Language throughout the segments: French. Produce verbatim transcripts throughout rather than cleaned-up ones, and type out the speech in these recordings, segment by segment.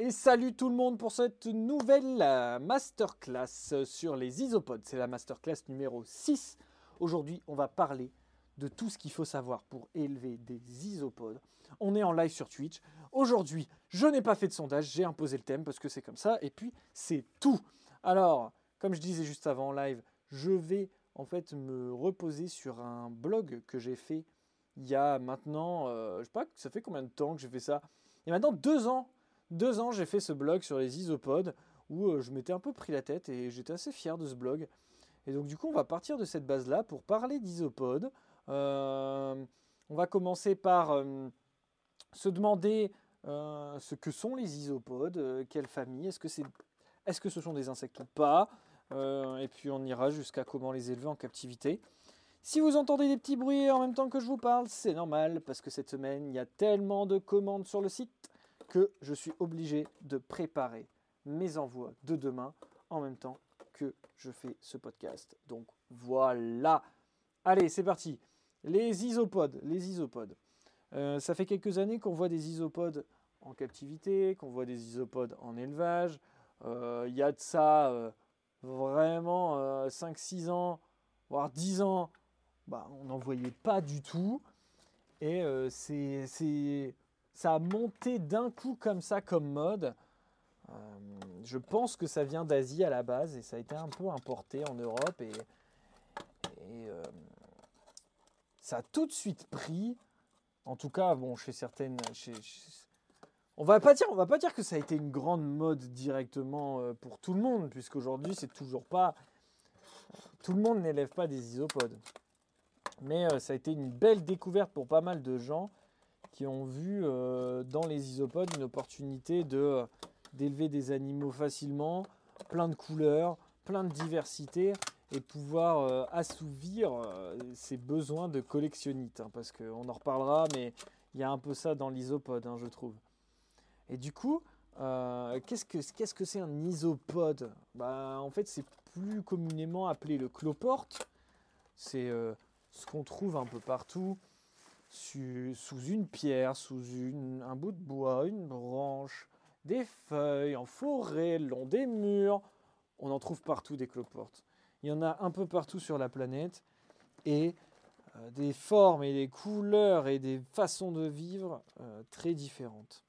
Et salut tout le monde pour cette nouvelle euh, masterclass sur les isopods. C'est la masterclass numéro six. Aujourd'hui, on va parler de tout ce qu'il faut savoir pour élever des isopods. On est en live sur Twitch. Aujourd'hui, je n'ai pas fait de sondage, j'ai imposé le thème parce que c'est comme ça. Et puis, c'est tout. Alors, comme je disais juste avant en live, je vais en fait me reposer sur un blog que j'ai fait il y a maintenant, euh, je sais pas, ça fait combien de temps que j'ai fait ça? Il y a maintenant deux ans. Deux ans, j'ai fait ce blog sur les isopods où euh, je m'étais un peu pris la tête et j'étais assez fier de ce blog. Et donc, du coup, on va partir de cette base-là pour parler d'isopods. Euh, on va commencer par euh, se demander euh, ce que sont les isopods, euh, quelle famille, est-ce que, c'est, est-ce que ce sont des insectes ou pas, euh, et puis on ira jusqu'à comment les élever en captivité. Si vous entendez des petits bruits en même temps que je vous parle, c'est normal parce que cette semaine, il y a tellement de commandes sur le site que je suis obligé de préparer mes envois de demain en même temps que je fais ce podcast. Donc voilà. Allez, c'est parti. Les isopods. Les isopods. Euh, ça fait quelques années qu'on voit des isopods en captivité, qu'on voit des isopods en élevage. Euh, Il y a de ça euh, vraiment euh, cinq six ans, voire dix ans. Bah, on n'en voyait pas du tout. Et euh, c'est, c'est, ça a monté d'un coup comme ça, comme mode. Euh, je pense que ça vient d'Asie à la base et ça a été un peu importé en Europe. Et, et euh, ça a tout de suite pris. En tout cas, bon, chez certaines... Chez, chez, on va pas dire, on va pas dire que ça a été une grande mode directement euh, pour tout le monde, puisqu'aujourd'hui, c'est toujours pas... Tout le monde n'élève pas des isopods. Mais euh, ça a été une belle découverte pour pas mal de gens qui ont vu euh, dans les isopods une opportunité de, euh, d'élever des animaux facilement, plein de couleurs, plein de diversité, et pouvoir euh, assouvir euh, ses besoins de collectionnite. Hein, parce qu'on en reparlera, mais il y a un peu ça dans l'isopode, hein, je trouve. Et du coup, euh, qu'est-ce que, qu'est-ce que c'est un isopode? Bah, en fait, c'est plus communément appelé le cloporte. C'est euh, ce qu'on trouve un peu partout, sous une pierre, sous une, un bout de bois, une branche, des feuilles, en forêt, le long des murs. On en trouve partout des cloportes. Il y en a un peu partout sur la planète. Et euh, des formes et des couleurs et des façons de vivre euh, très différentes.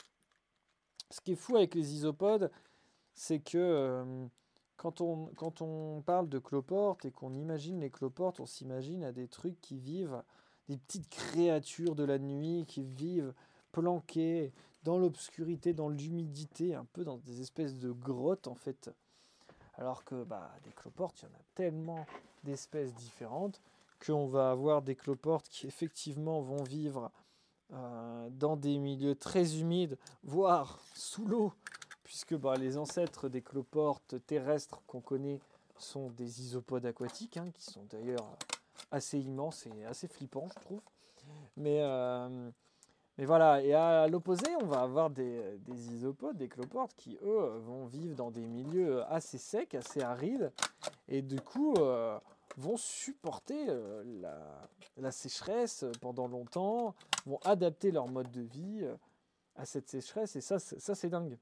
Ce qui est fou avec les isopodes, c'est que euh, quand, on, quand on parle de cloportes et qu'on imagine les cloportes, on s'imagine à des trucs qui vivent, des petites créatures de la nuit qui vivent planquées dans l'obscurité, dans l'humidité, un peu dans des espèces de grottes en fait. Alors que bah, des cloportes, il y en a tellement d'espèces différentes qu'on va avoir des cloportes qui effectivement vont vivre euh, dans des milieux très humides, voire sous l'eau, puisque bah, les ancêtres des cloportes terrestres qu'on connaît sont des isopodes aquatiques, hein, qui sont d'ailleurs assez immenses et assez flippants, je trouve. Mais, euh, mais voilà, et à l'opposé, on va avoir des, des isopodes, des cloportes, qui, eux, vont vivre dans des milieux assez secs, assez arides, et du coup, euh, vont supporter euh, la, la sécheresse pendant longtemps, vont adapter leur mode de vie euh, à cette sécheresse, et ça, ça c'est dingue.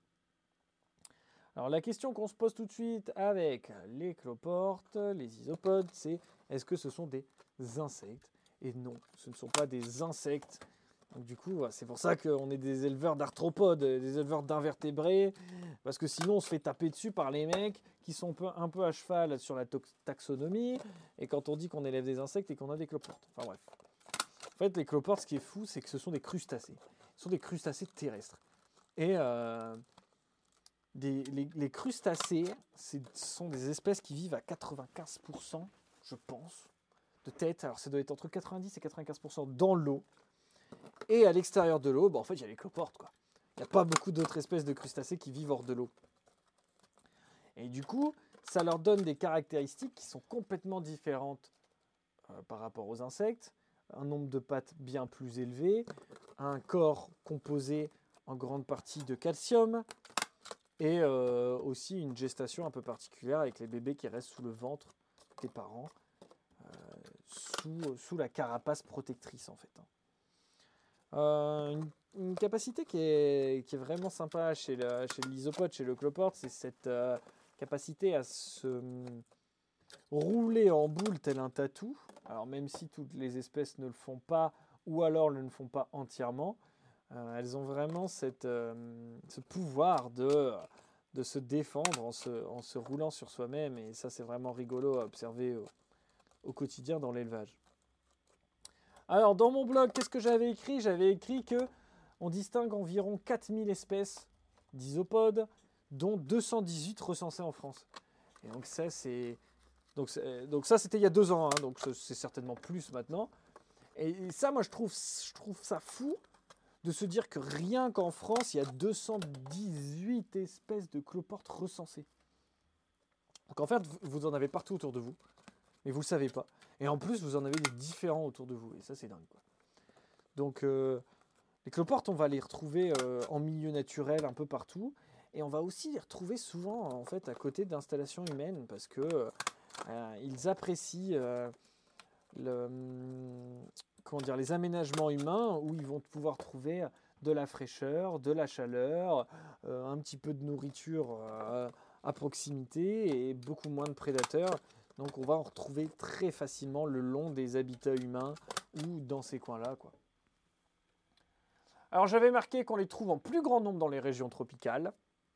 Alors la question qu'on se pose tout de suite avec les cloportes, les isopodes, c'est est-ce que ce sont des insectes? Et non, ce ne sont pas des insectes. Donc du coup, c'est pour ça qu'on est des éleveurs d'arthropodes, des éleveurs d'invertébrés, parce que sinon on se fait taper dessus par les mecs qui sont un peu, un peu à cheval sur la taxonomie, et quand on dit qu'on élève des insectes et qu'on a des cloportes. Enfin bref. En fait, les cloportes, ce qui est fou, c'est que ce sont des crustacés. Ce sont des crustacés terrestres. Et euh, des, les, les crustacés, ce sont des espèces qui vivent à quatre-vingt-quinze pour cent, je pense, de tête. Alors ça doit être entre quatre-vingt-dix et quatre-vingt-quinze pour cent dans l'eau. Et à l'extérieur de l'eau, bah en fait, il y a les cloportes, quoi. Il n'y a pas beaucoup d'autres espèces de crustacés qui vivent hors de l'eau. Et du coup, ça leur donne des caractéristiques qui sont complètement différentes euh, par rapport aux insectes. Un nombre de pattes bien plus élevé, un corps composé en grande partie de calcium, et euh, aussi une gestation un peu particulière avec les bébés qui restent sous le ventre des parents, euh, sous, sous la carapace protectrice en fait. Euh, une, une capacité qui est, qui est vraiment sympa chez, le, chez l'isopode, chez le cloporte, c'est cette euh, capacité à se hum, rouler en boule tel un tatou. Alors même si toutes les espèces ne le font pas, ou alors ne le font pas entièrement, euh, elles ont vraiment cette, euh, ce pouvoir de, de se défendre en se, en se roulant sur soi-même. Et ça, c'est vraiment rigolo à observer au, au quotidien dans l'élevage. Alors, dans mon blog, qu'est-ce que j'avais écrit? J'avais écrit que on distingue environ quatre mille espèces d'isopodes, dont deux cent dix-huit recensées en France. Et donc ça, c'est donc, c'est... donc ça, c'était il y a deux ans, hein, donc c'est certainement plus maintenant. Et ça, moi, je trouve, je trouve ça fou de se dire que rien qu'en France, il y a deux cent dix-huit espèces de cloportes recensées. Donc en fait, vous en avez partout autour de vous, mais vous ne le savez pas. Et en plus, vous en avez des différents autour de vous. Et ça, c'est dingue, quoi. Donc, euh, les cloportes, on va les retrouver euh, en milieu naturel un peu partout. Et on va aussi les retrouver souvent, en fait, à côté d'installations humaines, parce que euh, ils apprécient euh, le, comment dire, les aménagements humains où ils vont pouvoir trouver de la fraîcheur, de la chaleur, euh, un petit peu de nourriture euh, à proximité et beaucoup moins de prédateurs. Donc on va en retrouver très facilement le long des habitats humains ou dans ces coins-là, quoi. Alors j'avais marqué qu'on les trouve en plus grand nombre dans les régions tropicales.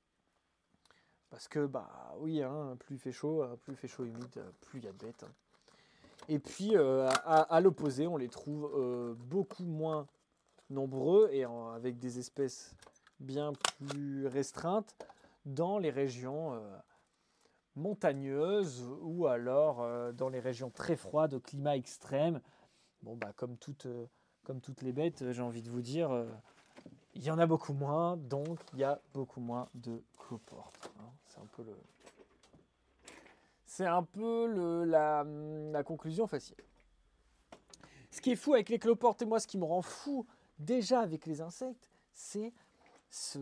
Parce que, bah oui, hein, plus il fait chaud, plus il fait chaud humide, plus il y a de bêtes. Et puis euh, à, à l'opposé, on les trouve euh, beaucoup moins nombreux et en, avec des espèces bien plus restreintes dans les régions euh, montagneuses ou alors euh, dans les régions très froides au climat extrême. Bon, bah, comme, toutes, euh, comme toutes les bêtes, j'ai envie de vous dire, euh, il y en a beaucoup moins, donc il y a beaucoup moins de cloportes. Hein. C'est un peu, le... C'est un peu le, la, la conclusion facile. Ce qui est fou avec les cloportes, et moi ce qui me rend fou déjà avec les insectes, c'est ce...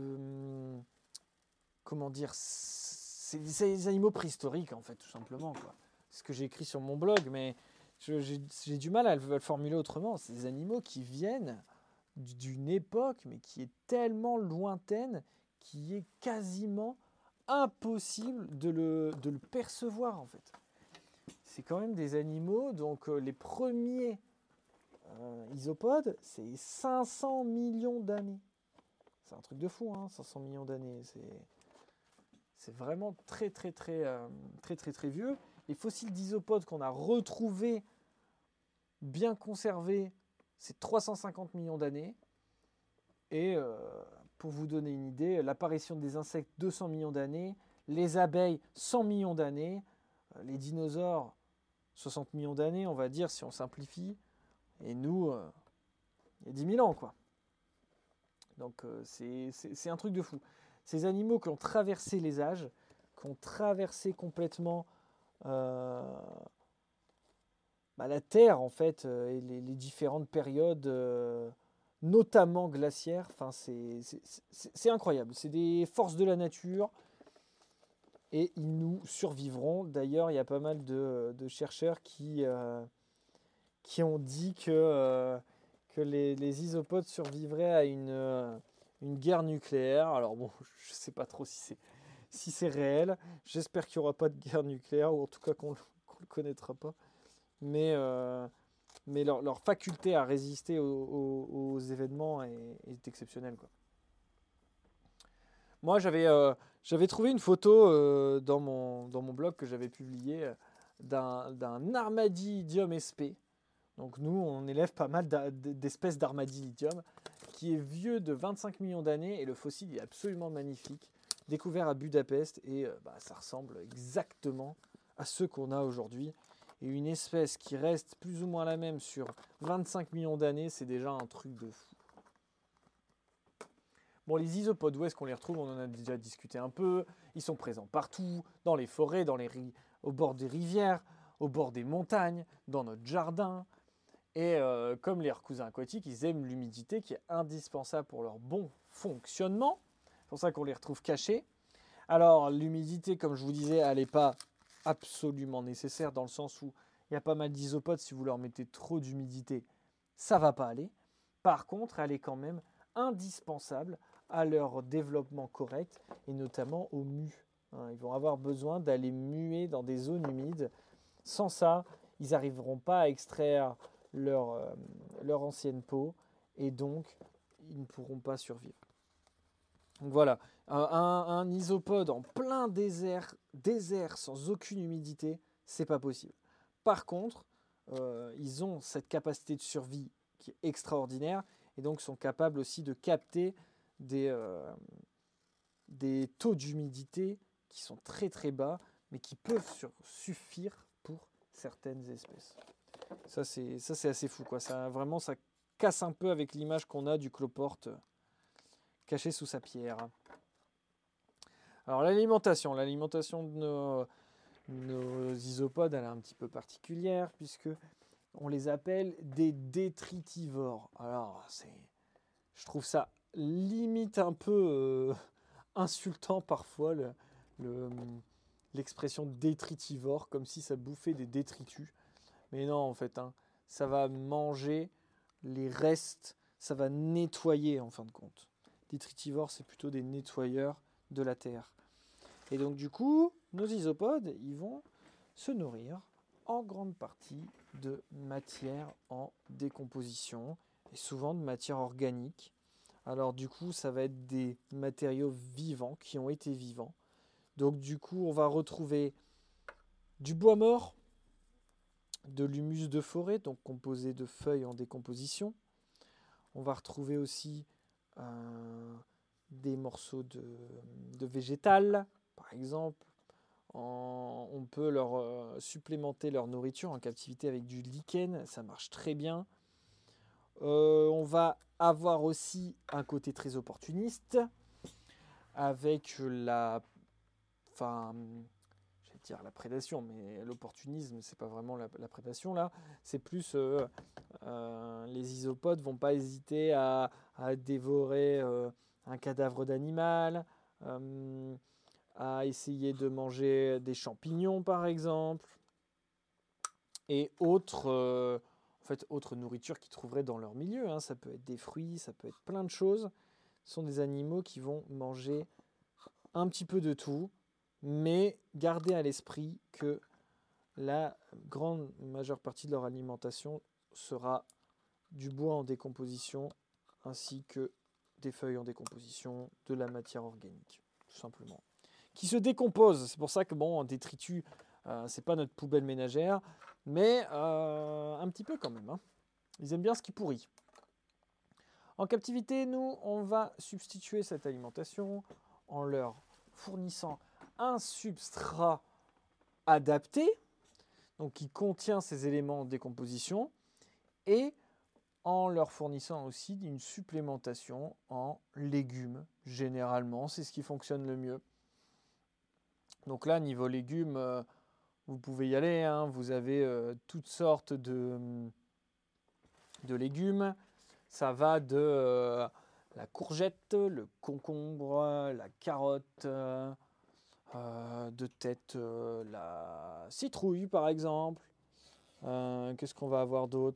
Comment dire, c'est des animaux préhistoriques en fait, tout simplement, quoi. C'est ce que j'ai écrit sur mon blog, mais je, j'ai, j'ai du mal à le, à le formuler autrement. C'est des animaux qui viennent d'une époque, mais qui est tellement lointaine, qui est quasiment impossible de le, de le percevoir en fait. C'est quand même des animaux, donc euh, les premiers euh, isopodes, c'est cinq cents millions d'années. C'est un truc de fou, hein, cinq cents millions d'années. C'est... C'est vraiment très très très euh, très très très vieux. Les fossiles d'isopodes qu'on a retrouvés bien conservés, c'est trois cent cinquante millions d'années. Et euh, pour vous donner une idée, l'apparition des insectes deux cents millions d'années, les abeilles cent millions d'années, euh, les dinosaures soixante millions d'années, on va dire si on simplifie. Et nous, euh, il y a dix mille ans, quoi. Donc euh, c'est, c'est, c'est un truc de fou. Ces animaux qui ont traversé les âges, qui ont traversé complètement euh, bah, la Terre, en fait, euh, et les, les différentes périodes, euh, notamment glaciaires. Enfin, c'est, c'est, c'est, c'est incroyable. C'est des forces de la nature et ils nous survivront. D'ailleurs, il y a pas mal de, de chercheurs qui, euh, qui ont dit que, euh, que les, les isopodes survivraient à une... Euh, une guerre nucléaire. Alors bon, je ne sais pas trop si c'est, si c'est réel. J'espère qu'il n'y aura pas de guerre nucléaire, ou en tout cas qu'on ne le connaîtra pas. Mais, euh, mais leur, leur faculté à résister aux, aux, aux événements est, est exceptionnelle, quoi. Moi, j'avais, euh, j'avais trouvé une photo euh, dans, mon, dans mon blog que j'avais publié euh, d'un, d'un Armadillidium sp. Donc nous, on élève pas mal d'espèces d'Armadillidium, qui est vieux de vingt-cinq millions d'années, et le fossile est absolument magnifique, découvert à Budapest, et euh, bah, ça ressemble exactement à ceux qu'on a aujourd'hui. Et une espèce qui reste plus ou moins la même sur vingt-cinq millions d'années, c'est déjà un truc de fou. Bon, les isopodes, où est-ce qu'on les retrouve? On en a déjà discuté un peu. Ils sont présents partout, dans les forêts, dans les ri- au bord des rivières, au bord des montagnes, dans notre jardin. Et euh, comme les cousins aquatiques, ils aiment l'humidité qui est indispensable pour leur bon fonctionnement. C'est pour ça qu'on les retrouve cachés. Alors l'humidité, comme je vous disais, elle n'est pas absolument nécessaire dans le sens où il y a pas mal d'isopodes, si vous leur mettez trop d'humidité, ça ne va pas aller. Par contre, elle est quand même indispensable à leur développement correct et notamment au mu. Hein, ils vont avoir besoin d'aller muer dans des zones humides. Sans ça, ils n'arriveront pas à extraire leur, euh, leur ancienne peau et donc ils ne pourront pas survivre. Donc voilà, un, un, un isopode en plein désert, désert sans aucune humidité, c'est pas possible. Par contre, euh, ils ont cette capacité de survie qui est extraordinaire et donc sont capables aussi de capter des, euh, des taux d'humidité qui sont très très bas, mais qui peuvent sur, suffire pour certaines espèces. Ça c'est, ça, c'est assez fou, quoi. Ça, vraiment, ça casse un peu avec l'image qu'on a du cloporte caché sous sa pierre. Alors l'alimentation, l'alimentation de nos, nos isopodes, elle est un petit peu particulière, puisque on les appelle des détritivores. Alors, c'est, je trouve ça limite un peu euh, insultant parfois, le, le, l'expression détritivore, comme si ça bouffait des détritus. Mais non, en fait, hein, ça va manger les restes, ça va nettoyer en fin de compte. Détritivores, c'est plutôt des nettoyeurs de la terre. Et donc, du coup, nos isopodes, ils vont se nourrir en grande partie de matière en décomposition et souvent de matière organique. Alors du coup, ça va être des matériaux vivants qui ont été vivants. Donc du coup, on va retrouver du bois mort, de l'humus de forêt, donc composé de feuilles en décomposition. On va retrouver aussi euh, des morceaux de, de végétal, par exemple. En, on peut leur euh, supplémenter leur nourriture en captivité avec du lichen, ça marche très bien. Euh, on va avoir aussi un côté très opportuniste avec la, enfin, je vais dire la prédation, mais l'opportunisme, c'est pas vraiment la, la prédation là, c'est plus euh, euh, les isopodes vont pas hésiter à, à dévorer euh, un cadavre d'animal. Euh, à essayer de manger des champignons par exemple, et autres, euh, en fait, autres nourritures qu'ils trouveraient dans leur milieu. Hein. Ça peut être des fruits, ça peut être plein de choses. Ce sont des animaux qui vont manger un petit peu de tout, mais garder à l'esprit que la grande majeure partie de leur alimentation sera du bois en décomposition, ainsi que des feuilles en décomposition, de la matière organique, tout simplement. Qui se décompose. C'est pour ça que bon, un détritus, euh, c'est pas notre poubelle ménagère, mais euh, un petit peu quand même. Hein. Ils aiment bien ce qui pourrit. En captivité, nous, on va substituer cette alimentation en leur fournissant un substrat adapté, donc qui contient ces éléments de décomposition, et en leur fournissant aussi une supplémentation en légumes. Généralement, c'est ce qui fonctionne le mieux. Donc là, niveau légumes, euh, vous pouvez y aller. Hein. Vous avez euh, toutes sortes de, de légumes. Ça va de euh, la courgette, le concombre, la carotte, euh, de tête euh, la citrouille par exemple. Euh, qu'est-ce qu'on va avoir d'autre ?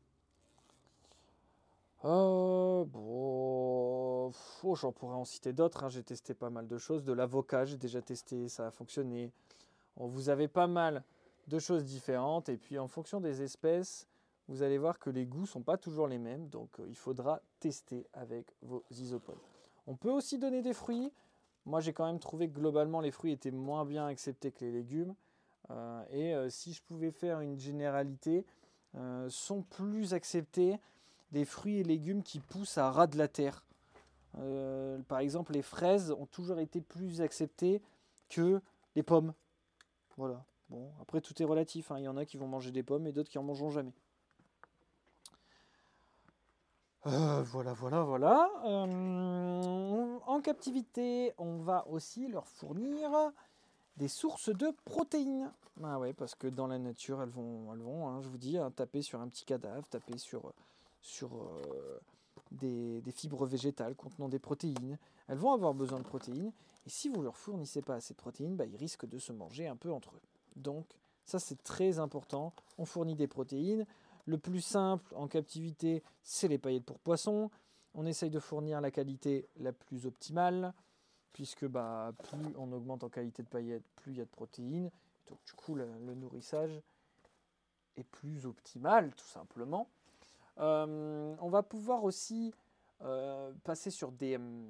Euh, bon, oh, j'en pourrais en citer d'autres. Hein. J'ai testé pas mal de choses. De l'avocat, j'ai déjà testé, ça a fonctionné. Bon, vous avez pas mal de choses différentes. Et puis, en fonction des espèces, vous allez voir que les goûts ne sont pas toujours les mêmes. Donc, euh, il faudra tester avec vos isopodes. On peut aussi donner des fruits. Moi, j'ai quand même trouvé que globalement, les fruits étaient moins bien acceptés que les légumes. Euh, et euh, si je pouvais faire une généralité, euh, sont plus acceptés des fruits et légumes qui poussent à ras de la terre. Euh, par exemple, les fraises ont toujours été plus acceptées que les pommes. Voilà. Bon, après, tout est relatif. Hein. Il y en a qui vont manger des pommes et d'autres qui en mangeront jamais. Euh, voilà, voilà, voilà. Euh, en captivité, on va aussi leur fournir des sources de protéines. Ah ouais, parce que dans la nature, elles vont, elles vont hein, je vous dis, hein, taper sur un petit cadavre, taper sur... sur euh, des, des fibres végétales contenant des protéines. Elles vont avoir besoin de protéines, et si vous ne leur fournissez pas assez de protéines, bah, ils risquent de se manger un peu entre eux. Donc ça c'est très important, on fournit des protéines. Le plus simple en captivité, c'est les paillettes pour poissons. On essaye de fournir la qualité la plus optimale, puisque bah, plus on augmente en qualité de paillettes, plus il y a de protéines. Donc du coup, le, le nourrissage est plus optimal, tout simplement. Euh, on va pouvoir aussi euh, passer sur des, euh,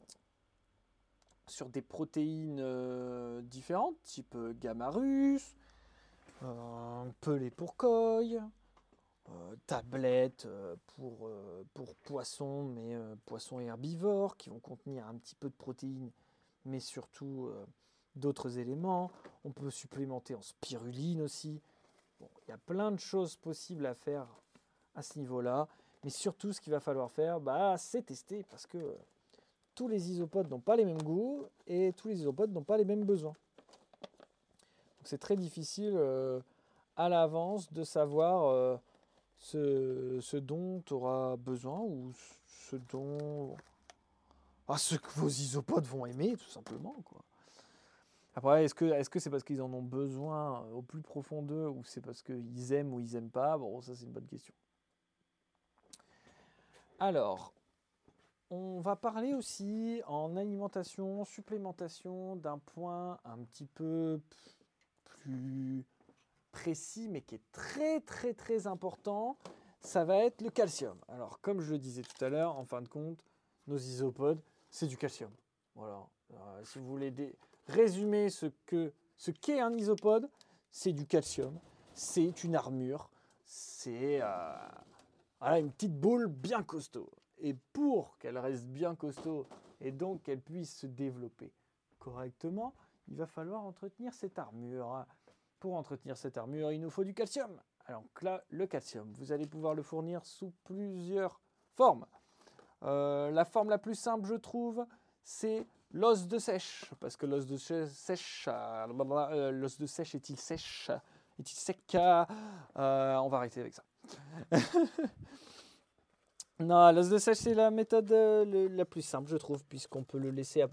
sur des protéines euh, différentes, type Gamma-Rus, euh, pelé pour coille, euh, tablettes euh, pour, euh, pour poissons, mais euh, poissons herbivores, qui vont contenir un petit peu de protéines, mais surtout euh, d'autres éléments. On peut supplémenter en spiruline aussi. Bon, il y a plein de choses possibles à faire à ce niveau-là, mais surtout ce qu'il va falloir faire, bah, c'est tester, parce que euh, tous les isopodes n'ont pas les mêmes goûts et tous les isopodes n'ont pas les mêmes besoins. Donc c'est très difficile euh, à l'avance de savoir euh, ce, ce dont tu auras besoin ou ce dont ah, ce que vos isopodes vont aimer, tout simplement, quoi. Après, est-ce que est-ce que c'est parce qu'ils en ont besoin au plus profond d'eux ou c'est parce qu'ils aiment ou ils n'aiment pas? Bon, ça c'est une bonne question. Alors, on va parler aussi en alimentation, supplémentation d'un point un petit peu plus précis, mais qui est très très très important. Ça va être le calcium. Alors, comme je le disais tout à l'heure, en fin de compte, nos isopodes, c'est du calcium. Voilà. Alors, si vous voulez dé- résumer ce que ce qu'est un isopode, c'est du calcium. C'est une armure. C'est euh, voilà, une petite boule bien costaud. Et pour qu'elle reste bien costaud et donc qu'elle puisse se développer correctement, il va falloir entretenir cette armure. Pour entretenir cette armure, il nous faut du calcium. Alors là, le calcium, vous allez pouvoir le fournir sous plusieurs formes. Euh, la forme la plus simple, je trouve, c'est l'os de sèche. Parce que l'os de sèche, euh, l'os de sèche est-il sèche? Est-il sec? euh, On va arrêter avec ça. Non, l'os de sèche, c'est la méthode euh, le, la plus simple, je trouve, puisqu'on peut le laisser à,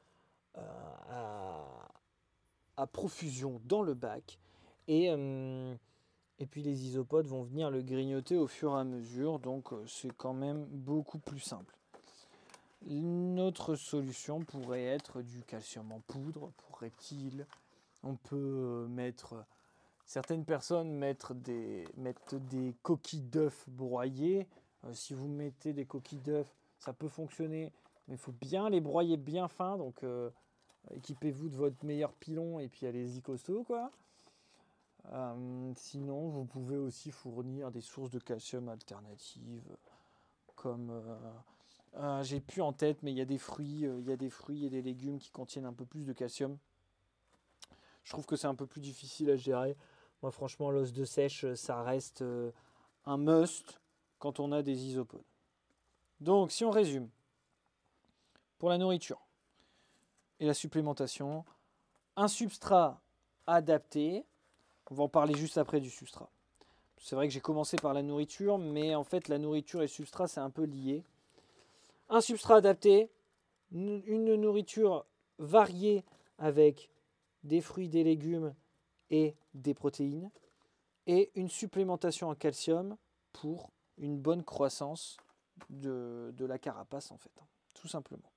à, à profusion dans le bac. Et, euh, et puis les isopodes vont venir le grignoter au fur et à mesure, donc euh, c'est quand même beaucoup plus simple. Une autre solution pourrait être du calcium en poudre pour reptiles. On peut mettre, certaines personnes mettent des, mettent des coquilles d'œufs broyées. Euh, si vous mettez des coquilles d'œufs, ça peut fonctionner, mais il faut bien les broyer bien fin. Donc euh, équipez-vous de votre meilleur pilon et puis allez-y costaud, quoi. Euh, sinon, vous pouvez aussi fournir des sources de calcium alternatives, comme euh, euh, j'ai plus en tête, mais il y a des fruits, euh, il y a des fruits et des légumes qui contiennent un peu plus de calcium. Je trouve que c'est un peu plus difficile à gérer. Moi, franchement, l'os de sèche, ça reste euh, un must quand on a des isopodes. Donc, si on résume, pour la nourriture et la supplémentation, un substrat adapté. On va en parler juste après du substrat. C'est vrai que j'ai commencé par la nourriture, mais en fait, la nourriture et le substrat, c'est un peu lié. Un substrat adapté, une nourriture variée avec des fruits, des légumes et des protéines, et une supplémentation en calcium pour une bonne croissance de, de la carapace, en fait, tout simplement.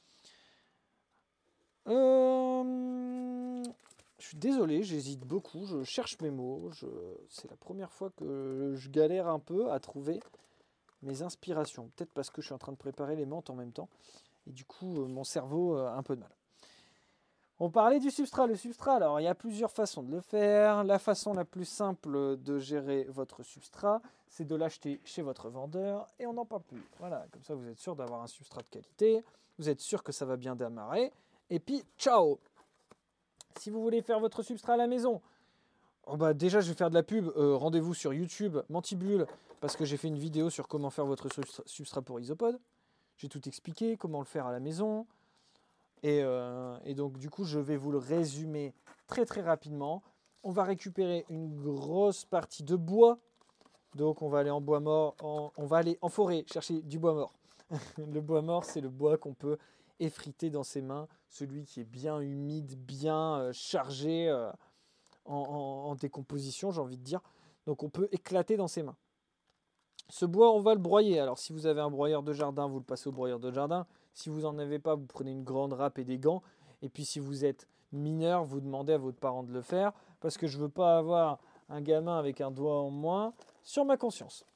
Euh, je suis désolé, j'hésite beaucoup, je cherche mes mots. Je, c'est la première fois que je galère un peu à trouver mes inspirations. Peut-être parce que je suis en train de préparer les menthes en même temps. Et du coup, mon cerveau a un peu de mal. On parlait du substrat. Le substrat, alors il y a plusieurs façons de le faire. La façon la plus simple de gérer votre substrat, c'est de l'acheter chez votre vendeur et on n'en parle plus. Voilà, comme ça vous êtes sûr d'avoir un substrat de qualité, vous êtes sûr que ça va bien démarrer, et puis ciao! Si vous voulez faire votre substrat à la maison, oh bah déjà je vais faire de la pub, euh, rendez-vous sur YouTube, Mantibule, parce que j'ai fait une vidéo sur comment faire votre substrat pour isopode. J'ai tout expliqué, comment le faire à la maison. Et, euh, et donc du coup je vais vous le résumer très très rapidement. On va récupérer une grosse partie de bois. Donc on va aller en bois mort, en, on va aller en forêt chercher du bois mort. Le bois mort, c'est le bois qu'on peut effriter dans ses mains, celui qui est bien humide, bien euh, chargé euh, en, en, en décomposition, j'ai envie de dire. Donc on peut éclater dans ses mains. Ce bois, on va le broyer. Alors, si vous avez un broyeur de jardin, vous le passez au broyeur de jardin. Si vous n'en avez pas, vous prenez une grande râpe et des gants. Et puis, si vous êtes mineur, vous demandez à votre parent de le faire. Parce que je ne veux pas avoir un gamin avec un doigt en moins sur ma conscience.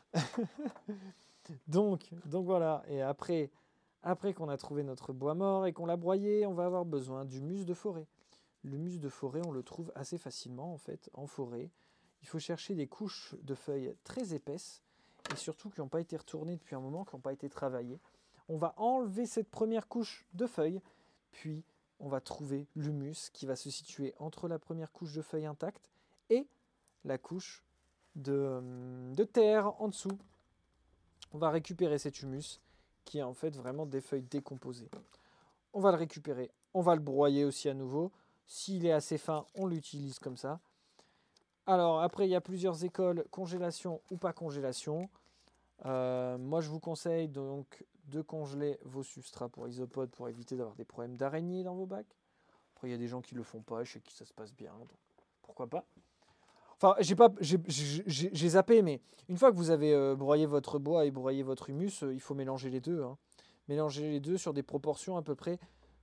donc, donc voilà. Et après, après qu'on a trouvé notre bois mort et qu'on l'a broyé, on va avoir besoin du mus de forêt. Le mus de forêt, on le trouve assez facilement en fait en forêt. Il faut chercher des couches de feuilles très épaisses et surtout qui n'ont pas été retournées depuis un moment, qui n'ont pas été travaillées. On va enlever cette première couche de feuilles, puis on va trouver l'humus qui va se situer entre la première couche de feuilles intactes et la couche de, de terre en dessous. On va récupérer cet humus qui est en fait vraiment des feuilles décomposées. On va le récupérer, on va le broyer aussi à nouveau. S'il est assez fin, on l'utilise comme ça. Alors après, il y a plusieurs écoles, congélation ou pas congélation. Euh, moi, je vous conseille donc de congeler vos substrats pour isopodes pour éviter d'avoir des problèmes d'araignées dans vos bacs. Après, il y a des gens qui le font pas, je sais que ça se passe bien, donc pourquoi pas. Enfin, j'ai pas, j'ai, j'ai, j'ai zappé, mais une fois que vous avez euh, broyé votre bois et broyé votre humus, euh, il faut mélanger les deux. Hein. Mélanger les deux sur des proportions à peu près,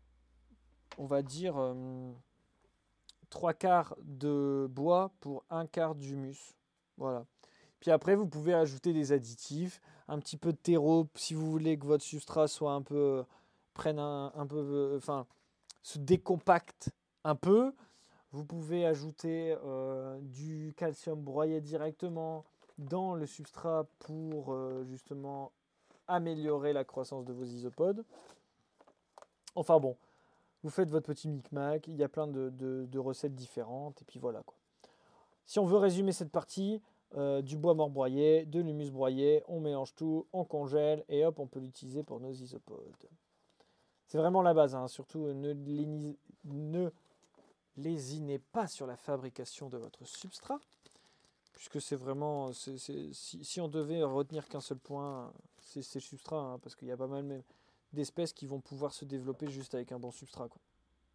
on va dire, euh, trois quarts de bois pour un quart d'humus. Voilà. Puis après, vous pouvez ajouter des additifs, un petit peu de terreau si vous voulez que votre substrat soit un peu, prenne un, un peu, enfin, se décompacte un peu. Vous pouvez ajouter euh, du calcium broyé directement dans le substrat pour euh, justement améliorer la croissance de vos isopodes. Enfin bon, vous faites votre petit micmac, il y a plein de, de, de recettes différentes et puis voilà quoi. Si on veut résumer cette partie, euh, du bois mort broyé, de l'humus broyé, on mélange tout, on congèle et hop, on peut l'utiliser pour nos isopodes. C'est vraiment la base, hein. Surtout ne, ne lésinez pas sur la fabrication de votre substrat, puisque c'est vraiment, c'est, c'est, si, si on devait retenir qu'un seul point, c'est, c'est le substrat, hein, parce qu'il y a pas mal même d'espèces qui vont pouvoir se développer juste avec un bon substrat, quoi.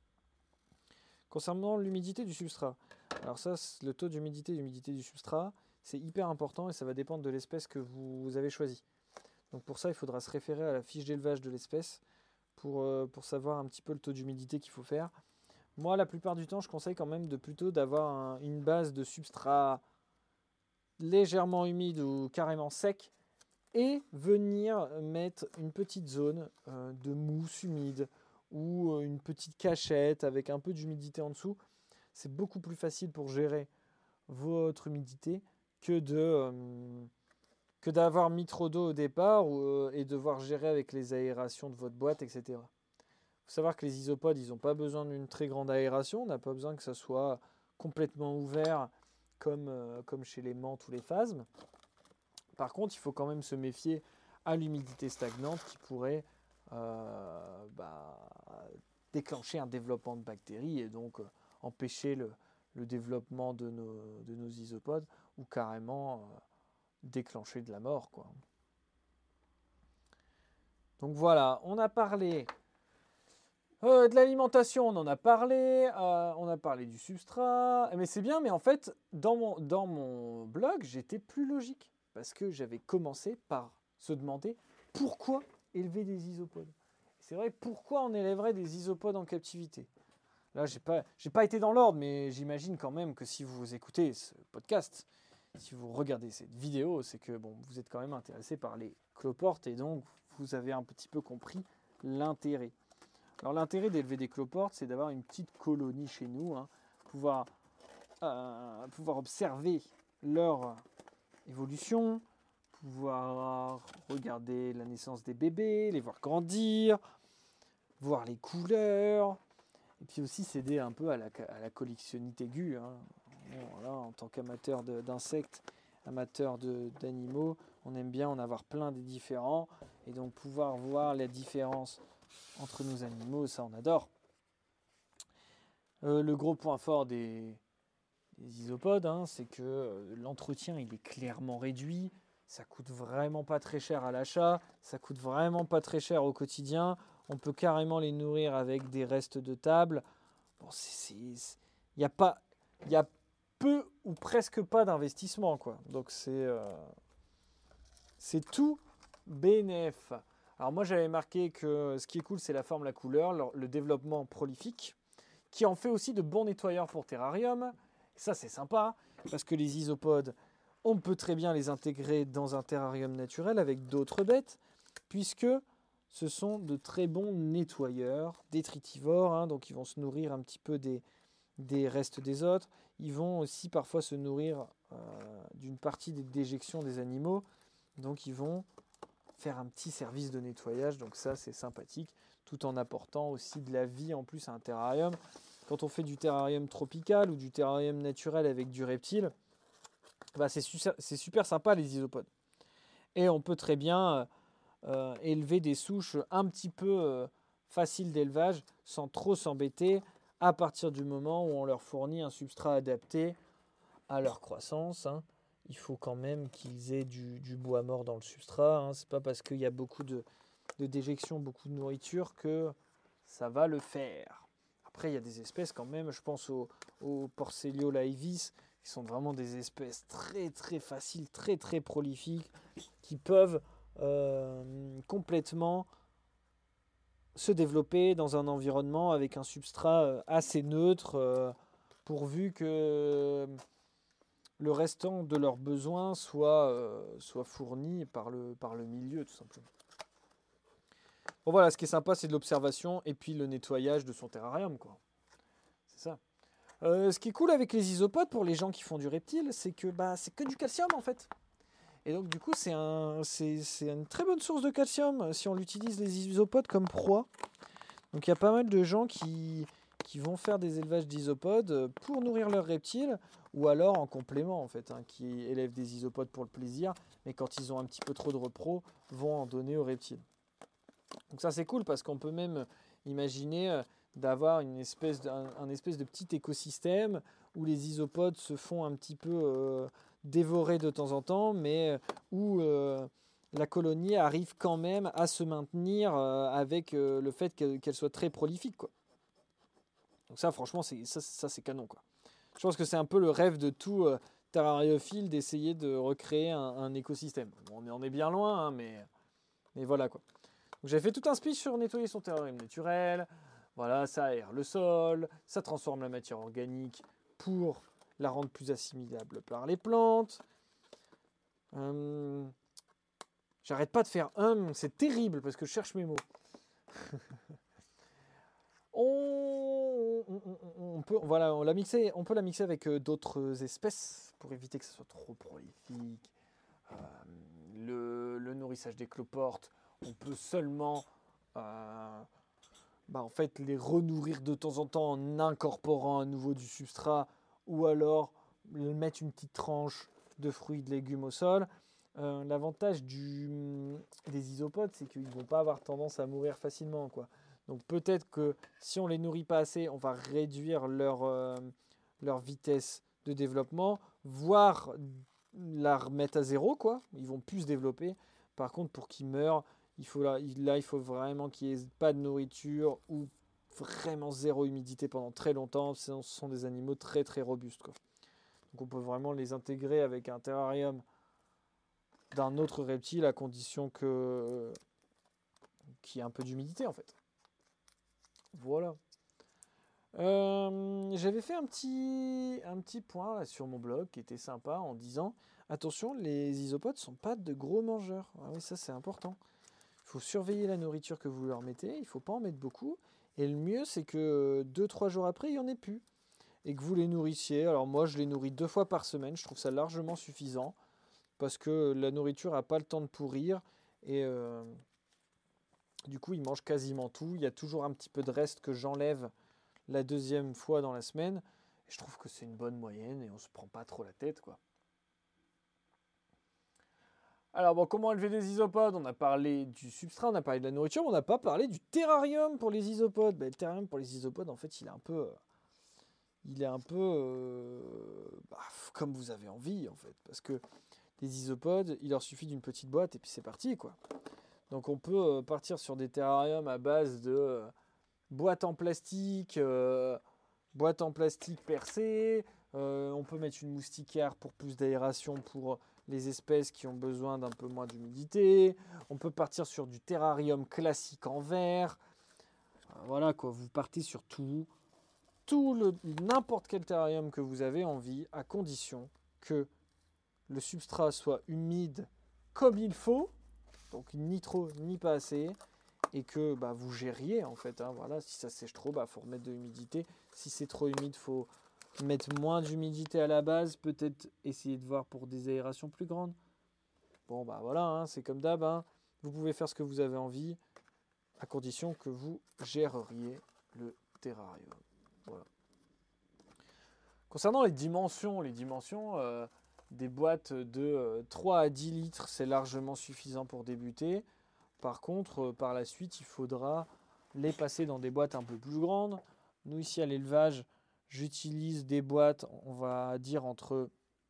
Concernant l'humidité du substrat, alors ça, le taux d'humidité et l'humidité du substrat, c'est hyper important et ça va dépendre de l'espèce que vous avez choisie. Donc pour ça, il faudra se référer à la fiche d'élevage de l'espèce pour, euh, pour savoir un petit peu le taux d'humidité qu'il faut faire. Moi, la plupart du temps, je conseille quand même de plutôt d'avoir un, une base de substrat légèrement humide ou carrément sec et venir mettre une petite zone euh, de mousse humide ou une petite cachette avec un peu d'humidité en dessous. C'est beaucoup plus facile pour gérer votre humidité que, de, euh, que d'avoir mis trop d'eau au départ ou, euh, et devoir gérer avec les aérations de votre boîte, et cetera. Il faut savoir que les isopodes, ils n'ont pas besoin d'une très grande aération. On n'a pas besoin que ça soit complètement ouvert comme, euh, comme chez les menthes ou les phasmes. Par contre, il faut quand même se méfier à l'humidité stagnante qui pourrait euh, bah, déclencher un développement de bactéries et donc euh, empêcher le, le développement de nos, de nos isopodes ou carrément euh, déclencher de la mort, quoi. Donc voilà, on a parlé euh, de l'alimentation, on en a parlé, euh, on a parlé du substrat, mais c'est bien, mais en fait, dans mon, dans mon blog, j'étais plus logique parce que j'avais commencé par se demander pourquoi élever des isopodes. C'est vrai, pourquoi on élèverait des isopodes en captivité? Là, j'ai pas, j'ai pas été dans l'ordre, mais j'imagine quand même que si vous écoutez ce podcast, si vous regardez cette vidéo, c'est que bon, vous êtes quand même intéressé par les cloportes et donc vous avez un petit peu compris l'intérêt. Alors l'intérêt d'élever des cloportes, c'est d'avoir une petite colonie chez nous, hein, pouvoir, euh, pouvoir observer leur évolution, pouvoir regarder la naissance des bébés, les voir grandir, voir les couleurs, et puis aussi s'aider un peu à la, à la collectionnite aiguë. Hein. Bon, voilà, en tant qu'amateur de, d'insectes, amateur de, d'animaux, on aime bien en avoir plein des différents, et donc pouvoir voir la différence entre nos animaux, ça on adore. Euh, le gros point fort des, des isopodes, hein, c'est que euh, l'entretien il est clairement réduit, ça coûte vraiment pas très cher à l'achat, ça coûte vraiment pas très cher au quotidien, on peut carrément les nourrir avec des restes de table. Bon, il y a pas, il y a peu ou presque pas d'investissement, quoi. Donc c'est, euh, c'est tout bénef. Alors moi j'avais marqué que ce qui est cool c'est la forme, la couleur, le, le développement prolifique, qui en fait aussi de bons nettoyeurs pour terrarium. Ça c'est sympa, parce que les isopodes, on peut très bien les intégrer dans un terrarium naturel avec d'autres bêtes, puisque ce sont de très bons nettoyeurs, détritivores, hein, donc ils vont se nourrir un petit peu des, des restes des autres. Ils vont aussi parfois se nourrir euh, d'une partie des déjections des animaux, donc ils vont faire un petit service de nettoyage, donc ça c'est sympathique, tout en apportant aussi de la vie en plus à un terrarium. Quand on fait du terrarium tropical ou du terrarium naturel avec du reptile, bah c'est, su- c'est super sympa les isopodes. Et on peut très bien euh, élever des souches un petit peu euh, faciles d'élevage sans trop s'embêter à partir du moment où on leur fournit un substrat adapté à leur croissance, hein. Il faut quand même qu'ils aient du, du bois mort dans le substrat, hein. C'est pas parce qu'il y a beaucoup de, de déjection, beaucoup de nourriture que ça va le faire. Après, il y a des espèces quand même, je pense au, au Porcellio laevis, qui sont vraiment des espèces très très faciles, très très prolifiques, qui peuvent euh, complètement se développer dans un environnement avec un substrat assez neutre, euh, pourvu que le restant de leurs besoins soit, euh, soit fourni par le, par le milieu, tout simplement. Bon voilà, ce qui est sympa, c'est de l'observation et puis le nettoyage de son terrarium, quoi. C'est ça. Euh, ce qui est cool avec les isopodes, pour les gens qui font du reptile, c'est que bah, c'est que du calcium, en fait. Et donc, du coup, c'est, un, c'est, c'est une très bonne source de calcium si on utilise les isopodes comme proie. Donc, il y a pas mal de gens qui, qui vont faire des élevages d'isopodes pour nourrir leurs reptiles, ou alors en complément, en fait, hein, qui élèvent des isopodes pour le plaisir, mais quand ils ont un petit peu trop de repros, vont en donner aux reptiles. Donc ça, c'est cool, parce qu'on peut même imaginer d'avoir une espèce de, un, un espèce de petit écosystème où les isopodes se font un petit peu euh, dévorer de temps en temps, mais où euh, la colonie arrive quand même à se maintenir euh, avec euh, le fait qu'elle, qu'elle soit très prolifique, quoi. Donc ça, franchement, c'est, ça, ça, c'est canon, quoi. Je pense que c'est un peu le rêve de tout euh, terrariophile d'essayer de recréer un, un écosystème. Bon, on en est bien loin, hein, mais, mais voilà, quoi. Donc, j'avais fait tout un speech sur nettoyer son terrarium naturel. Voilà, ça aère le sol, ça transforme la matière organique pour la rendre plus assimilable par les plantes. Hum, j'arrête pas de faire hum, c'est terrible parce que je cherche mes mots. on, on, on, on peut, voilà, on, l'a mixé, on peut la mixer avec euh, d'autres espèces pour éviter que ce soit trop prolifique. Euh, le, le nourrissage des cloportes, on peut seulement euh, bah, en fait, les renourrir de temps en temps en incorporant à nouveau du substrat, ou alors mettre une petite tranche de fruits et de légumes au sol. Euh, l'avantage du, des isopodes, c'est qu'ils ne vont pas avoir tendance à mourir facilement, quoi. Donc peut-être que si on ne les nourrit pas assez, on va réduire leur, euh, leur vitesse de développement, voire la remettre à zéro, quoi. Ils vont plus se développer. Par contre, pour qu'ils meurent, il faut là, là, il faut vraiment qu'il n'y ait pas de nourriture ou vraiment zéro humidité pendant très longtemps. Sinon, ce sont des animaux très très robustes, quoi. Donc on peut vraiment les intégrer avec un terrarium d'un autre reptile à condition que qu'il y ait un peu d'humidité, en fait. Voilà. Euh, j'avais fait un petit, un petit point là, sur mon blog qui était sympa en disant attention, les isopodes sont pas de gros mangeurs. Ah oui, ça c'est important. Il faut surveiller la nourriture que vous leur mettez, il ne faut pas en mettre beaucoup. Et le mieux, c'est que deux trois jours après, il n'y en ait plus. Et que vous les nourrissiez. Alors moi, je les nourris deux fois par semaine. Je trouve ça largement suffisant. Parce que la nourriture n'a pas le temps de pourrir. Et euh, du coup, ils mangent quasiment tout. Il y a toujours un petit peu de reste que j'enlève la deuxième fois dans la semaine. Et je trouve que c'est une bonne moyenne et on ne se prend pas trop la tête, quoi. Alors bon, comment élever des isopodes? On a parlé du substrat, on a parlé de la nourriture, mais on n'a pas parlé du terrarium pour les isopodes. Ben, le terrarium pour les isopodes, en fait, il est un peu, il est un peu euh, bah, comme vous avez envie, en fait, parce que les isopodes, il leur suffit d'une petite boîte et puis c'est parti, quoi. Donc on peut euh, partir sur des terrariums à base de euh, boîtes en plastique, euh, boîtes en plastique percées. Euh, on peut mettre une moustiquaire pour plus d'aération pour les espèces qui ont besoin d'un peu moins d'humidité. On peut partir sur du terrarium classique en verre. Euh, voilà quoi, vous partez sur tout, tout le, n'importe quel terrarium que vous avez envie, à condition que le substrat soit humide comme il faut, donc ni trop ni pas assez, et que bah, vous gériez en fait. Hein, voilà, si ça sèche trop, bah faut remettre de l'humidité. Si c'est trop humide, faut mettre moins d'humidité à la base, peut-être essayer de voir pour des aérations plus grandes. Bon bah voilà, hein, c'est comme d'hab. Hein. Vous pouvez faire ce que vous avez envie, à condition que vous géreriez le terrarium. Voilà. Concernant les dimensions, les dimensions euh, des boîtes de euh, trois à dix litres, c'est largement suffisant pour débuter. Par contre, euh, par la suite, il faudra les passer dans des boîtes un peu plus grandes. Nous, ici à l'élevage, j'utilise des boîtes, on va dire, entre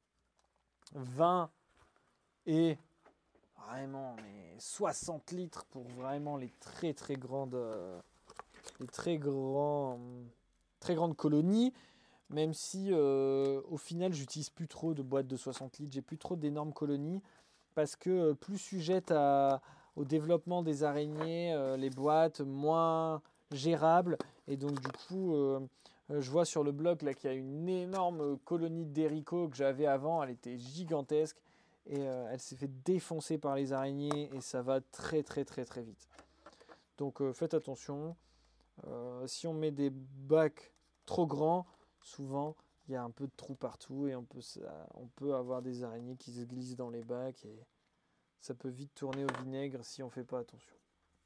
vingt et vraiment mais soixante litres pour vraiment les très très grandes, euh, les très, grands, très grandes colonies. Même si euh, au final, j'utilise plus trop de boîtes de soixante litres, j'ai plus trop d'énormes colonies parce que euh, plus sujettes à, au développement des araignées, euh, les boîtes moins gérables. Et donc du coup, euh, je vois sur le blog là qu'il y a une énorme colonie d'héricots que j'avais avant, elle était gigantesque et euh, elle s'est fait défoncer par les araignées et ça va très très très très vite. Donc euh, faites attention. Euh, si on met des bacs trop grands, souvent il y a un peu de trous partout et on peut, ça, on peut avoir des araignées qui se glissent dans les bacs et ça peut vite tourner au vinaigre si on ne fait pas attention.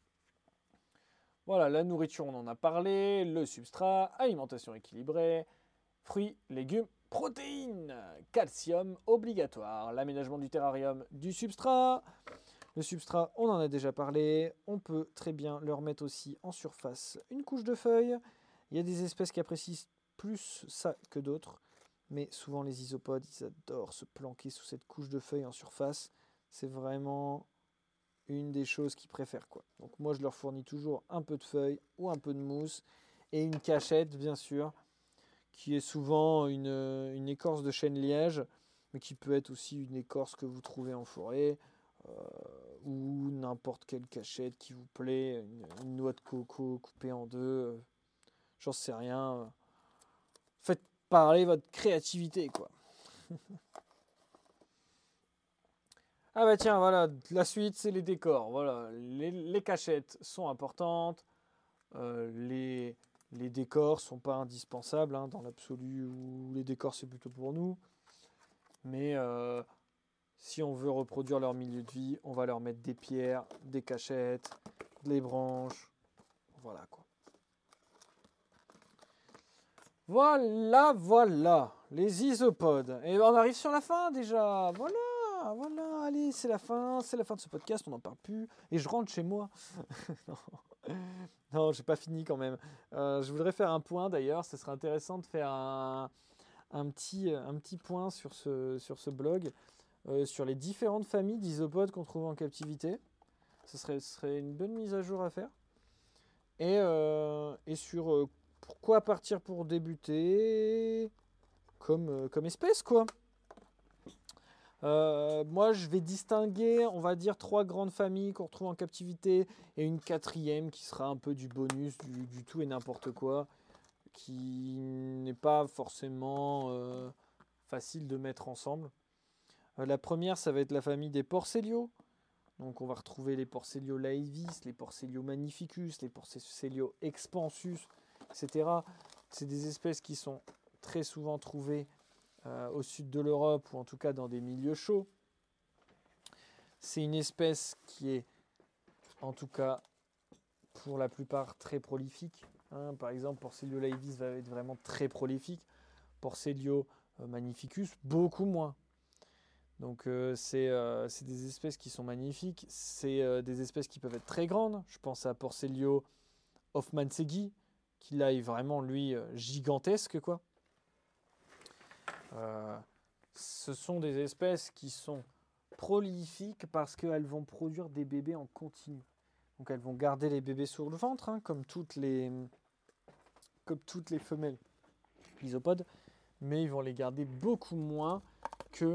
Voilà, la nourriture on en a parlé, le substrat, alimentation équilibrée, fruits, légumes, protéines, calcium obligatoire, l'aménagement du terrarium, du substrat. Le substrat, on en a déjà parlé. On peut très bien leur mettre aussi en surface une couche de feuilles. Il y a des espèces qui apprécient plus ça que d'autres. Mais souvent, les isopodes, ils adorent se planquer sous cette couche de feuilles en surface. C'est vraiment une des choses qu'ils préfèrent, quoi. Donc moi, je leur fournis toujours un peu de feuilles ou un peu de mousse. Et une cachette, bien sûr, qui est souvent une, une écorce de chêne liège, mais qui peut être aussi une écorce que vous trouvez en forêt. Euh, ou n'importe quelle cachette qui vous plaît, une, une noix de coco coupée en deux, euh, j'en sais rien. Faites parler votre créativité, quoi. Ah bah tiens, voilà, la suite, c'est les décors. Voilà, les, les cachettes sont importantes. Euh, les, les décors sont pas indispensables hein, dans l'absolu où les décors c'est plutôt pour nous. Mais euh, si on veut reproduire leur milieu de vie, on va leur mettre des pierres, des cachettes, des branches. Voilà quoi. Voilà, voilà, les isopodes. Et on arrive sur la fin déjà. Voilà, voilà, allez, c'est la fin, c'est la fin de ce podcast, on n'en parle plus. Et je rentre chez moi. non, non j'ai pas fini quand même. Euh, je voudrais faire un point d'ailleurs, ce serait intéressant de faire un, un, petit, un petit point sur ce, sur ce blog, euh, sur les différentes familles d'isopodes qu'on trouve en captivité. Ce serait, ce serait une bonne mise à jour à faire. Et, euh, et sur euh, pourquoi partir pour débuter comme, euh, comme espèce, quoi. Euh, moi, je vais distinguer, on va dire, trois grandes familles qu'on retrouve en captivité et une quatrième qui sera un peu du bonus, du, du tout et n'importe quoi, qui n'est pas forcément euh, facile de mettre ensemble. Euh, la première, ça va être la famille des Porcellio. Donc on va retrouver les Porcellio laevis, les Porcellio magnificus, les Porcellio expansus, et cetera. C'est des espèces qui sont très souvent trouvées euh, au sud de l'Europe ou en tout cas dans des milieux chauds. C'est une espèce qui est en tout cas pour la plupart très prolifique. Hein. Par exemple, Porcellio laevis va être vraiment très prolifique. Porcellio magnificus, beaucoup moins. Donc euh, c'est, euh, c'est des espèces qui sont magnifiques, c'est euh, des espèces qui peuvent être très grandes. Je pense à Porcellio hoffmannseggi, qui là est vraiment lui euh, gigantesque quoi. Euh, ce sont des espèces qui sont prolifiques parce qu'elles vont produire des bébés en continu. Donc elles vont garder les bébés sur le ventre, hein, comme toutes les, comme toutes les femelles isopodes, mais ils vont les garder beaucoup moins que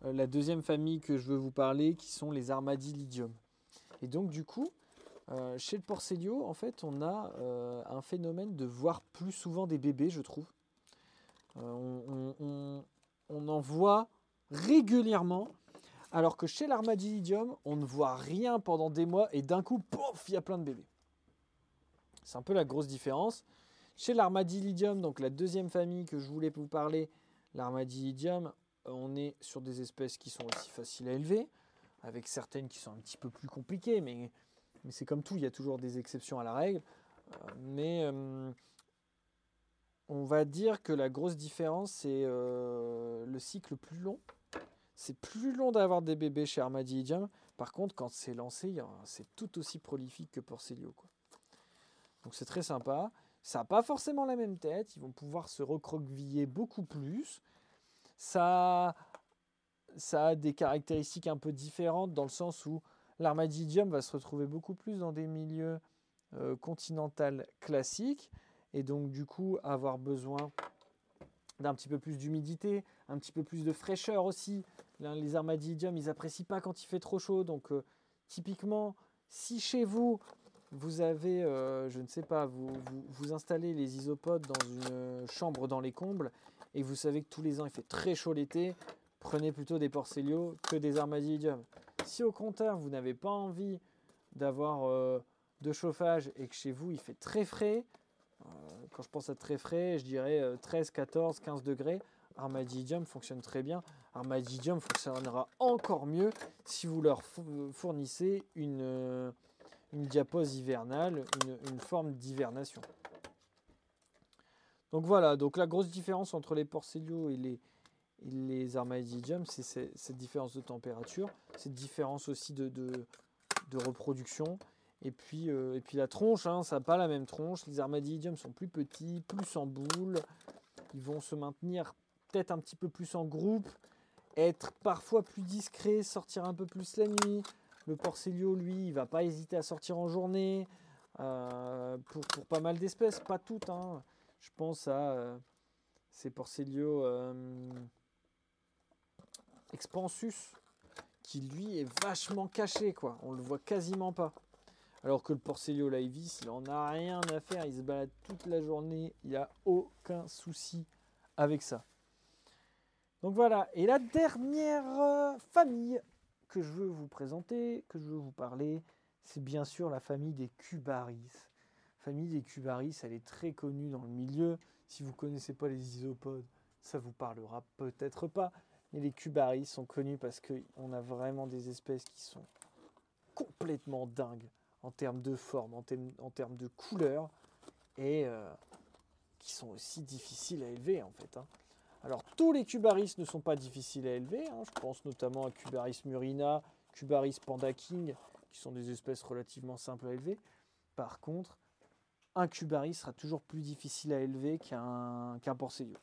euh, la deuxième famille que je veux vous parler, qui sont les Armadillidium. Et donc du coup, euh, chez le Porcellio, en fait, on a euh, un phénomène de voir plus souvent des bébés, je trouve. Euh, on, on, on en voit régulièrement, alors que chez l'Armadillidium, on ne voit rien pendant des mois et d'un coup, pouf, il y a plein de bébés. C'est un peu la grosse différence. Chez l'Armadillidium, donc la deuxième famille que je voulais vous parler, l'Armadillidium, on est sur des espèces qui sont aussi faciles à élever, avec certaines qui sont un petit peu plus compliquées, mais, mais c'est comme tout, il y a toujours des exceptions à la règle. Euh, mais euh, on va dire que la grosse différence, c'est euh, le cycle plus long. C'est plus long d'avoir des bébés chez Armadillidium. Par contre, quand c'est lancé, c'est tout aussi prolifique que Porcellio, quoi. Donc c'est très sympa. Ça n'a pas forcément la même tête. Ils vont pouvoir se recroqueviller beaucoup plus. Ça, ça a des caractéristiques un peu différentes dans le sens où l'Armadillidium va se retrouver beaucoup plus dans des milieux euh, continentaux classiques. Et donc du coup avoir besoin d'un petit peu plus d'humidité, un petit peu plus de fraîcheur aussi. Là, les Armadillidium, ils n'apprécient pas quand il fait trop chaud. Donc euh, typiquement, si chez vous, vous avez, euh, je ne sais pas, vous, vous, vous installez les isopodes dans une chambre dans les combles et vous savez que tous les ans il fait très chaud l'été, prenez plutôt des Porcellio que des Armadillidium. Si au contraire vous n'avez pas envie d'avoir euh, de chauffage et que chez vous il fait très frais, euh, quand je pense à très frais, je dirais euh, treize, quatorze, quinze degrés, Armadillidium fonctionne très bien. Armadillidium fonctionnera encore mieux si vous leur fournissez une... Euh, une diapose hivernale, une, une forme d'hivernation. Donc voilà, donc la grosse différence entre les Porcellio et les, et les Armadillidium, c'est cette différence de température, cette différence aussi de, de, de reproduction, et puis, euh, et puis la tronche, hein, ça n'a pas la même tronche. Les Armadillidium sont plus petits, plus en boule, ils vont se maintenir peut-être un petit peu plus en groupe, être parfois plus discrets, sortir un peu plus la nuit. Le Porcellio, lui, il va pas hésiter à sortir en journée euh, pour, pour pas mal d'espèces, pas toutes. Hein. Je pense à euh, ces Porcellio euh, expansus, qui lui est vachement caché, quoi. On le voit quasiment pas. Alors que le Porcellio laevis, il en a rien à faire, il se balade toute la journée, il n'y a aucun souci avec ça. Donc voilà, et la dernière euh, famille que je veux vous présenter, que je veux vous parler, c'est bien sûr la famille des Cubaris. La famille des Cubaris, elle est très connue dans le milieu. Si vous ne connaissez pas les isopodes, ça ne vous parlera peut-être pas. Mais les Cubaris sont connus parce qu'on a vraiment des espèces qui sont complètement dingues en termes de forme, en, thème, en termes de couleur, et euh, qui sont aussi difficiles à élever en fait. Hein. Alors, tous les Cubaris ne sont pas difficiles à élever. Hein. Je pense notamment à Cubaris murina, Cubaris panda king, qui sont des espèces relativement simples à élever. Par contre, un Cubaris sera toujours plus difficile à élever qu'un qu'un Porcellio.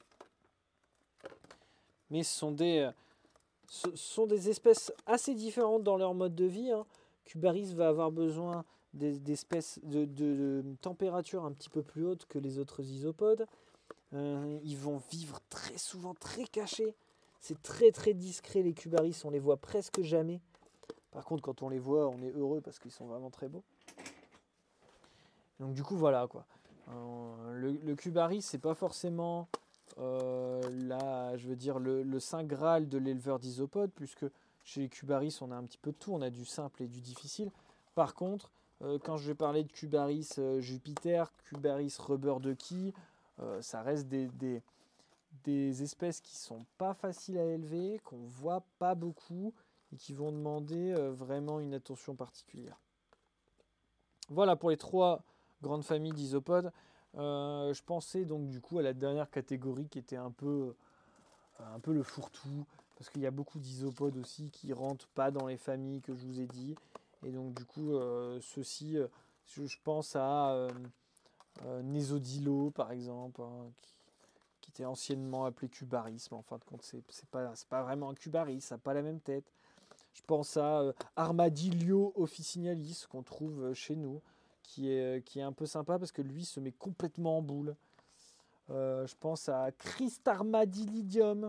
Mais ce sont, des, ce sont des espèces assez différentes dans leur mode de vie. Hein. Cubaris va avoir besoin d'espèces de, de, de température un petit peu plus haute que les autres isopodes. Euh, ils vont vivre très souvent très cachés. C'est très très discret les Cubaris, on les voit presque jamais. Par contre, quand on les voit, on est heureux parce qu'ils sont vraiment très beaux. Donc du coup, voilà quoi. Euh, le, le Cubaris, c'est pas forcément euh, là, je veux dire le, le saint graal de l'éleveur d'isopodes, puisque chez les Cubaris, on a un petit peu de tout, on a du simple et du difficile. Par contre, euh, quand je vais parler de Cubaris euh, Jupiter, Cubaris rubber ducky, Euh, ça reste des, des, des espèces qui sont pas faciles à élever, qu'on voit pas beaucoup et qui vont demander euh, vraiment une attention particulière. Voilà pour les trois grandes familles d'isopodes. Euh, je pensais donc du coup à la dernière catégorie qui était un peu, un peu le fourre-tout, parce qu'il y a beaucoup d'isopodes aussi qui rentrent pas dans les familles que je vous ai dit. Et donc du coup, euh, ceux-ci, euh, je, je pense à... Euh, Euh, Nesodilo par exemple, hein, qui, qui était anciennement appelé Cubaris, mais en fin de compte c'est, c'est, pas, c'est pas vraiment un Cubaris, ça n'a pas la même tête. Je pense à euh, Armadillo officinalis qu'on trouve chez nous, qui est, qui est un peu sympa parce que lui se met complètement en boule. Euh, je pense à Christarmadillidium,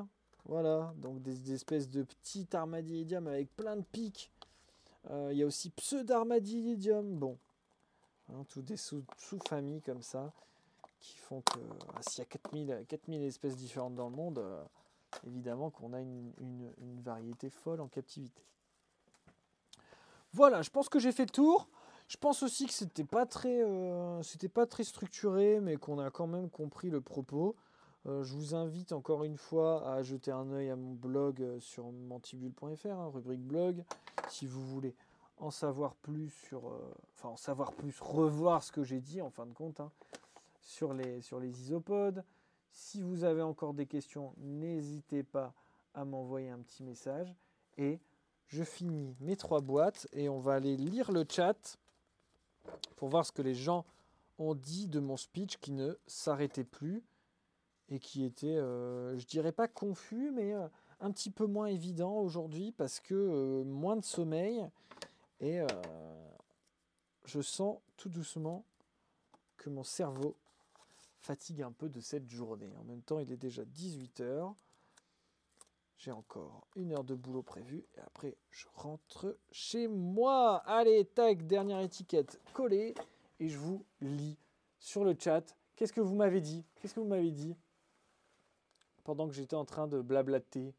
Voilà, donc des, des espèces de petits armadillidium avec plein de pics. Euh, Il y a aussi pseudarmadillidium. Bon, hein, tous des sous- sous-familles comme ça qui font que ah, s'il y a quatre mille, quatre mille espèces différentes dans le monde, euh, évidemment qu'on a une, une- une variété folle en captivité. Voilà, je pense que j'ai fait le tour. Je pense aussi que c'était pas très, euh, c'était pas très structuré, mais qu'on a quand même compris le propos. Euh, je vous invite encore une fois à jeter un œil à mon blog euh, sur mantibule point f r, hein, rubrique blog, si vous voulez en savoir plus sur, euh, enfin en savoir plus, revoir ce que j'ai dit en fin de compte, hein, sur les, sur les isopodes. Si vous avez encore des questions, n'hésitez pas à m'envoyer un petit message. Et je finis mes trois boîtes et on va aller lire le chat pour voir ce que les gens ont dit de mon speech qui ne s'arrêtait plus et qui était, euh, je dirais pas confus, mais euh, un petit peu moins évident aujourd'hui parce que euh, moins de sommeil et euh, je sens tout doucement que mon cerveau fatigue un peu de cette journée. En même temps, il est déjà dix-huit heures. J'ai encore une heure de boulot prévue et après je rentre chez moi. Allez, tac, dernière étiquette collée et je vous lis sur le chat. Qu'est-ce que vous m'avez dit Qu'est-ce que vous m'avez dit pendant que j'étais en train de blablater?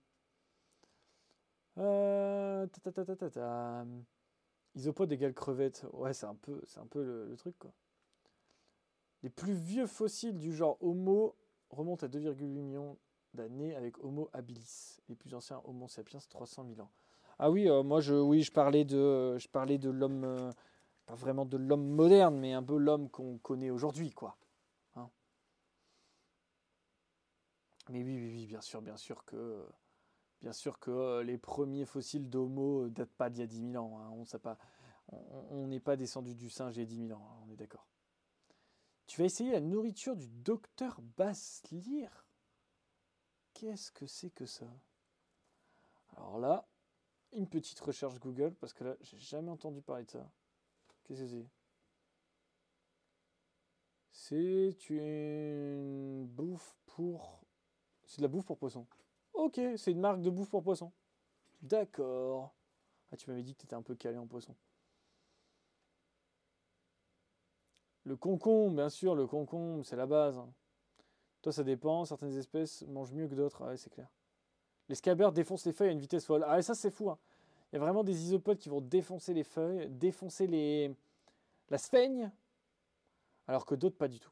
euh, ta, ta, ta, ta, ta, ta. Isopode égale crevette. Ouais, c'est un peu, c'est un peu le, le truc, quoi. Les plus vieux fossiles du genre Homo remontent à deux virgule huit millions d'années avec Homo habilis. Les plus anciens Homo sapiens, trois cent mille ans. Ah oui, euh, moi je, oui, je parlais de, euh, je parlais de l'homme, euh, pas vraiment de l'homme moderne, mais un peu l'homme qu'on connaît aujourd'hui, quoi. Hein. Mais oui, oui, oui, bien sûr, bien sûr que, bien sûr que euh, les premiers fossiles d'Homo euh, datent pas d'il y a dix mille ans. Hein. On sait pas, on n'est pas descendu du singe il y a dix mille ans. Hein, on est d'accord. Tu vas essayer la nourriture du docteur Baslir. Qu'est-ce que c'est que ça? Alors là, une petite recherche Google, parce que là, j'ai jamais entendu parler de ça. Qu'est-ce que c'est? C'est une bouffe pour... C'est de la bouffe pour poisson. Ok, c'est une marque de bouffe pour poisson. D'accord. Ah, tu m'avais dit que tu étais un peu calé en poisson. Le concombre, bien sûr, le concombre, c'est la base. Toi, ça dépend. Certaines espèces mangent mieux que d'autres. Ah ouais, c'est clair. Les scabers défoncent les feuilles à une vitesse folle. Ah, et ça, c'est fou. Hein. Il y a vraiment des isopodes qui vont défoncer les feuilles, défoncer les... la sphaigne, alors que d'autres, pas du tout.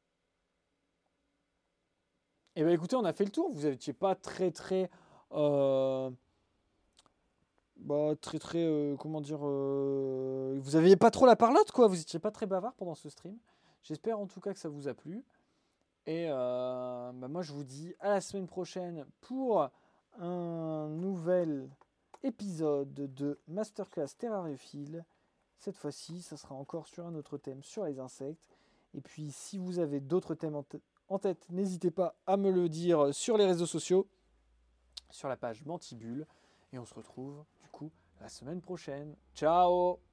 Et bien, écoutez, on a fait le tour. Vous n'étiez pas très, très... Euh... Bah, très, très... Euh, comment dire... Euh... Vous n'aviez pas trop la parlotte, quoi. Vous n'étiez pas très bavard pendant ce stream. J'espère en tout cas que ça vous a plu. Et euh, bah moi, je vous dis à la semaine prochaine pour un nouvel épisode de Masterclass Terrariophile. Cette fois-ci, ça sera encore sur un autre thème, sur les insectes. Et puis, si vous avez d'autres thèmes en tête, n'hésitez pas à me le dire sur les réseaux sociaux, sur la page Mantibule. Et on se retrouve, du coup, la semaine prochaine. Ciao!